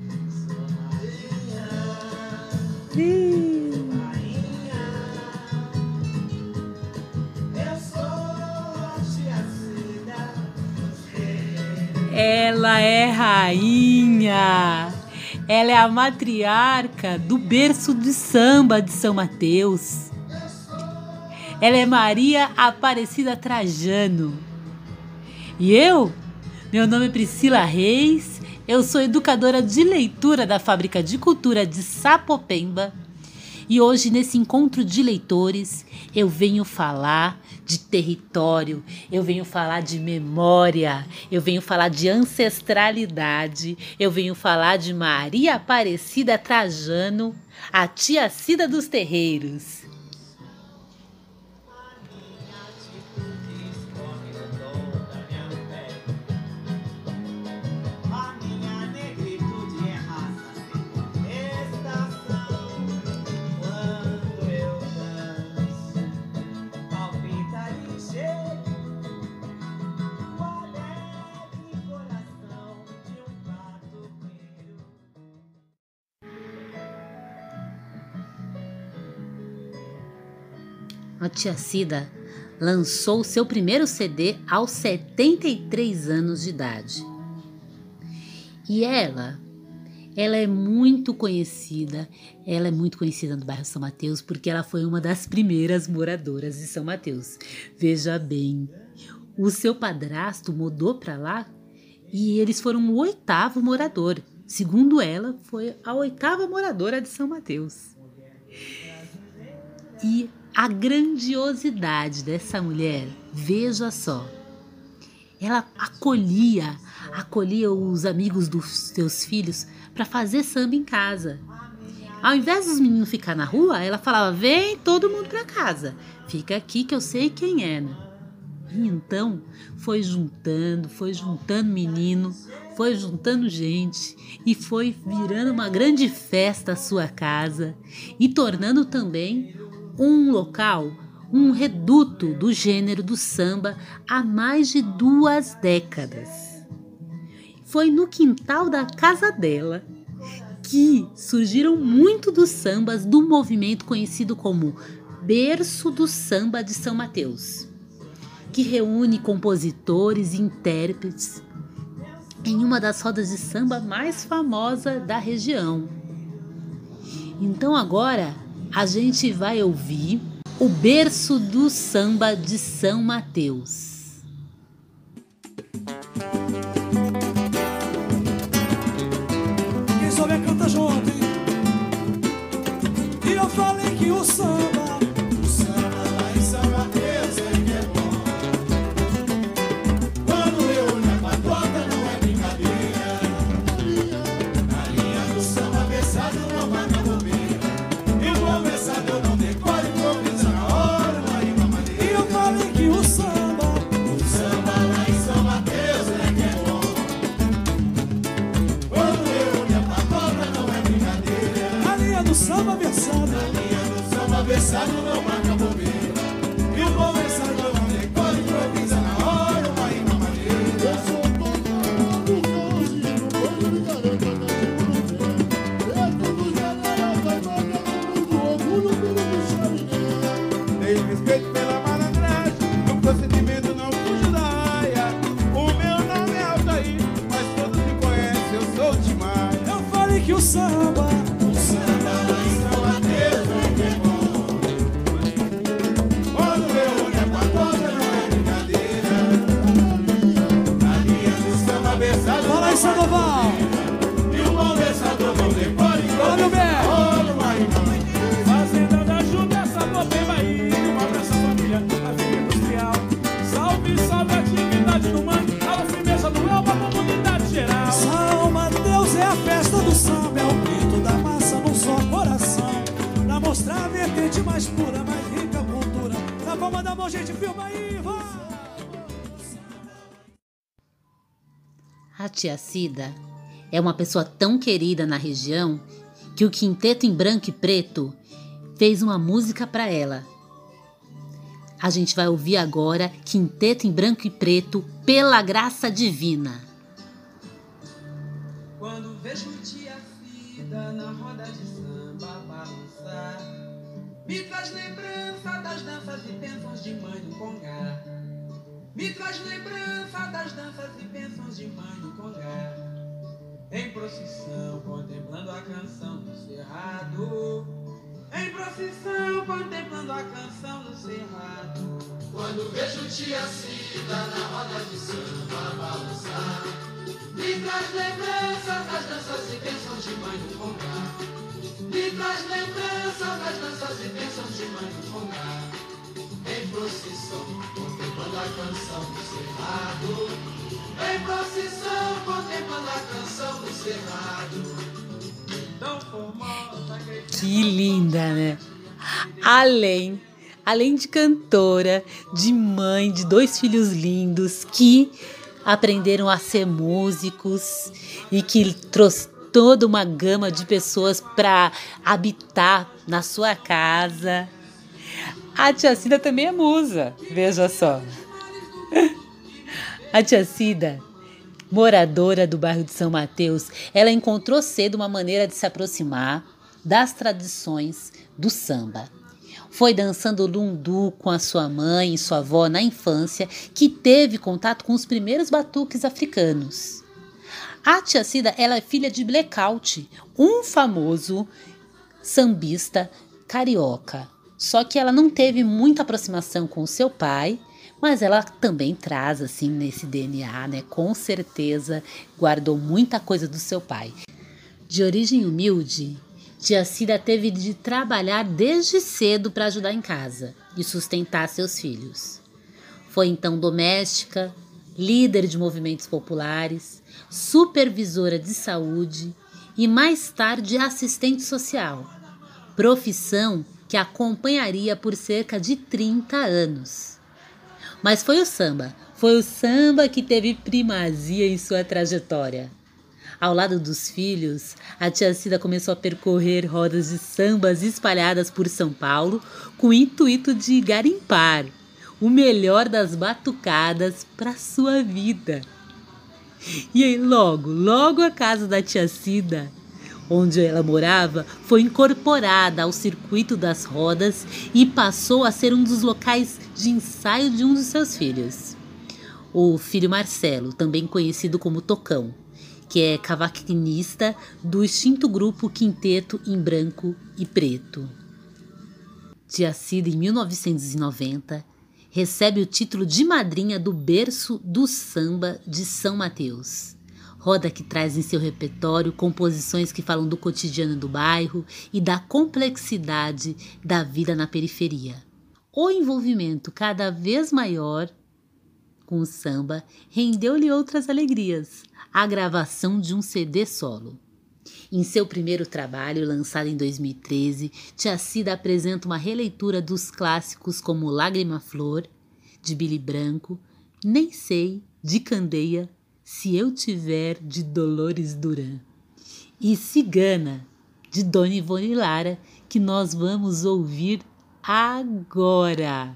Ela é rainha. Ela é a matriarca do berço de samba de São Mateus. Ela é Maria Aparecida Trajano. E meu nome é Priscila Reis. Eu sou educadora de leitura da Fábrica de Cultura de Sapopemba. E hoje, nesse encontro de leitores, eu venho falar de território, eu venho falar de memória, eu venho falar de ancestralidade, eu venho falar de Maria Aparecida Trajano, a tia Cida dos terreiros. A tia Cida lançou seu primeiro CD aos 73 anos de idade. E ela é muito conhecida, no bairro São Mateus, porque ela foi uma das primeiras moradoras de São Mateus. Veja bem, o seu padrasto mudou para lá e eles foram o 8º morador. Segundo ela, foi a 8ª moradora de São Mateus. E a grandiosidade dessa mulher, veja só, ela acolhia os amigos dos seus filhos para fazer samba em casa. Ao invés dos meninos ficar na rua, ela falava: vem todo mundo para casa, fica aqui que eu sei quem é, né? E então foi juntando menino, foi juntando gente e foi virando uma grande festa a sua casa e tornando também um local, um reduto do gênero do samba há mais de 2 décadas. Foi no quintal da casa dela que surgiram muito dos sambas do movimento conhecido como Berço do Samba de São Mateus, que reúne compositores e intérpretes em uma das rodas de samba mais famosas da região. Então agora a gente vai ouvir o Berço do Samba de São Mateus. Quem souber canta junto, hein? E eu falei que o samba lá em São Mateus é que é bom. Quando eu olho pra toca não é brincadeira. Na linha do samba versado não marca bobeira. Eu não decoro improvisa na hora, uma rima maneira. E eu falei que o samba lá em São Mateus é que é bom. Quando eu olho pra toca não é brincadeira. Na linha do samba versado não marca bobeira. E o conversador não decora improvisa na hora, uma rima maneira. Eu sou todo do caos, não pode brincadeira. Tenho respeito pela malandragem, no procedimento não fujo da raia. O meu nome é Altair, mas todos me conhecem, eu sou demais. Eu falei que o samba lá em São Mateus é que é bom. Quando eu olho pra toca não é brincadeira. Na linha do samba versado. Fala aí, Sandoval! E o conversador não decora e Olha o bem! Fazenda da Juba, essa Sapopemba aí, uma abraça família, a vida industrial. Salve, salve a atividade do mangue, a firmeza do Elba, a comunidade geral. São Mateus é a festa do samba, é o grito da massa num só coração. Pra mostrar a vertente mais pura, mais rica cultura. Na palma da mão, gente, filma aí, vai! A tia Cida é uma pessoa tão querida na região que o Quinteto em Branco e Preto fez uma música para ela. A gente vai ouvir agora Quinteto em Branco e Preto, Pela Graça Divina. Quando vejo tia Cida na roda de samba balançar, me traz lembrança das danças e bênçãos de mãe do Congá. Me traz lembrança das danças e bênçãos de mãe do Congá. Em procissão, contemplando a canção do cerrado. Em procissão, contemplando a canção do cerrado. Quando vejo tia Cida na roda de samba balançar, me traz lembrança das danças e bênçãos de mãe do Congá. Me traz lembrança das danças e bênçãos de mãe do Congá. Em procissão, contemplando a canção do cerrado. Em procissão, contemplando a canção do cerrado. Tão formosa Que linda, né? Além de cantora, de mãe de 2 filhos lindos que aprenderam a ser músicos e que trouxe toda uma gama de pessoas para habitar na sua casa. A tia Cida também é musa, veja só. A tia Cida, moradora do bairro de São Mateus, ela encontrou cedo uma maneira de se aproximar das tradições do samba. Foi dançando lundu com a sua mãe e sua avó na infância que teve contato com os primeiros batuques africanos. A tia Cida, ela é filha de Blackout, um famoso sambista carioca. Só que ela não teve muita aproximação com o seu pai, mas ela também traz assim nesse DNA, né? Com certeza guardou muita coisa do seu pai. De origem humilde, tia Cida teve de trabalhar desde cedo para ajudar em casa e sustentar seus filhos. Foi então doméstica, líder de movimentos populares, supervisora de saúde e mais tarde assistente social, profissão que acompanharia por cerca de 30 anos. Mas foi o samba que teve primazia em sua trajetória. Ao lado dos filhos, a tia Cida começou a percorrer rodas de sambas espalhadas por São Paulo com o intuito de garimpar o melhor das batucadas para sua vida. E aí logo a casa da tia Cida, onde ela morava, foi incorporada ao circuito das rodas e passou a ser um dos locais de ensaio de um dos seus filhos. O filho Marcelo, também conhecido como Tocão, que é cavaquinista do extinto grupo Quinteto em Branco e Preto. Tia Cida, em 1990, recebe o título de madrinha do berço do samba de São Mateus. Roda que traz em seu repertório composições que falam do cotidiano do bairro e da complexidade da vida na periferia. O envolvimento cada vez maior com o samba rendeu-lhe outras alegrias, a gravação de um CD solo. Em seu primeiro trabalho, lançado em 2013, tia Cida apresenta uma releitura dos clássicos como Lágrima Flor, de Billy Branco, Nem Sei, de Candeia, Se Eu Tiver, de Dolores Duran, e Cigana, de Dona Ivone Lara, que nós vamos ouvir agora.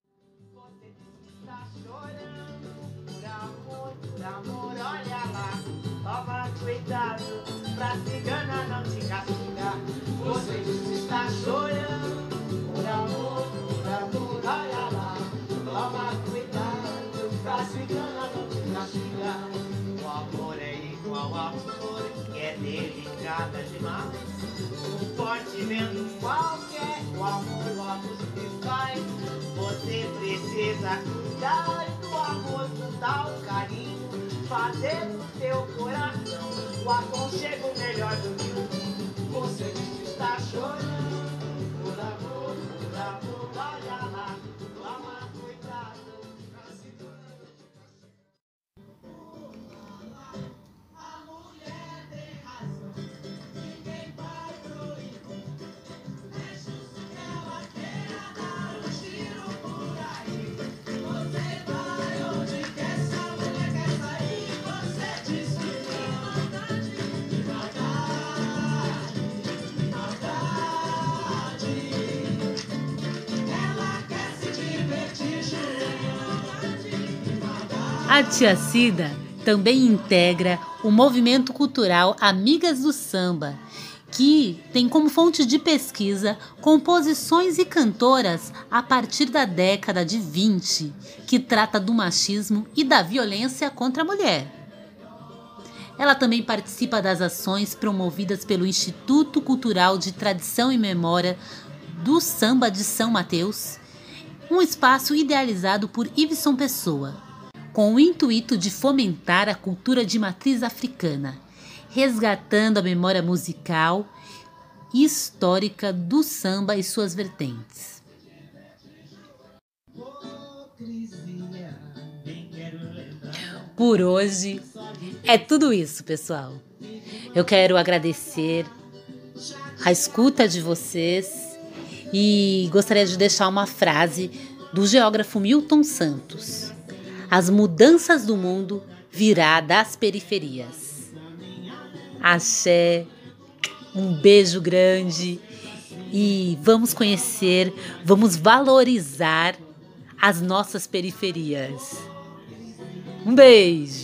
Cuidado, pra cigana não te castigar. Você está chorando, por amor, olha lá. Toma cuidado, pra cigana não te castigar. O amor é igual a flor, que é delicada demais. Um forte vento qualquer, o amor logo se faz. Você precisa cuidar do amor com tal carinho. Fazer do teu coração o aconchego melhor do que o mundo. Você está chorando, por amor, olha lá. Toma cuidado, pra cigana. A mulher tem razão, ninguém vai proibir. É justo que ela queira dar um tiro por aí. Você vai onde quer, se a mulher quer sair. Você diz que não, maldade. Ela quer se divertir, A tia Cida também integra o movimento cultural Amigas do Samba, que tem como fonte de pesquisa composições e cantoras a partir da década de 20, que trata do machismo e da violência contra a mulher. Ela também participa das ações promovidas pelo Instituto Cultural de Tradição e Memória do Samba de São Mateus, um espaço idealizado por Iveson Pessoa, com o intuito de fomentar a cultura de matriz africana, resgatando a memória musical e histórica do samba e suas vertentes. Por hoje é tudo isso, pessoal. Eu quero agradecer a escuta de vocês e gostaria de deixar uma frase do geógrafo Milton Santos: as mudanças do mundo virá das periferias. Axé, um beijo grande e vamos conhecer, vamos valorizar as nossas periferias. Um beijo!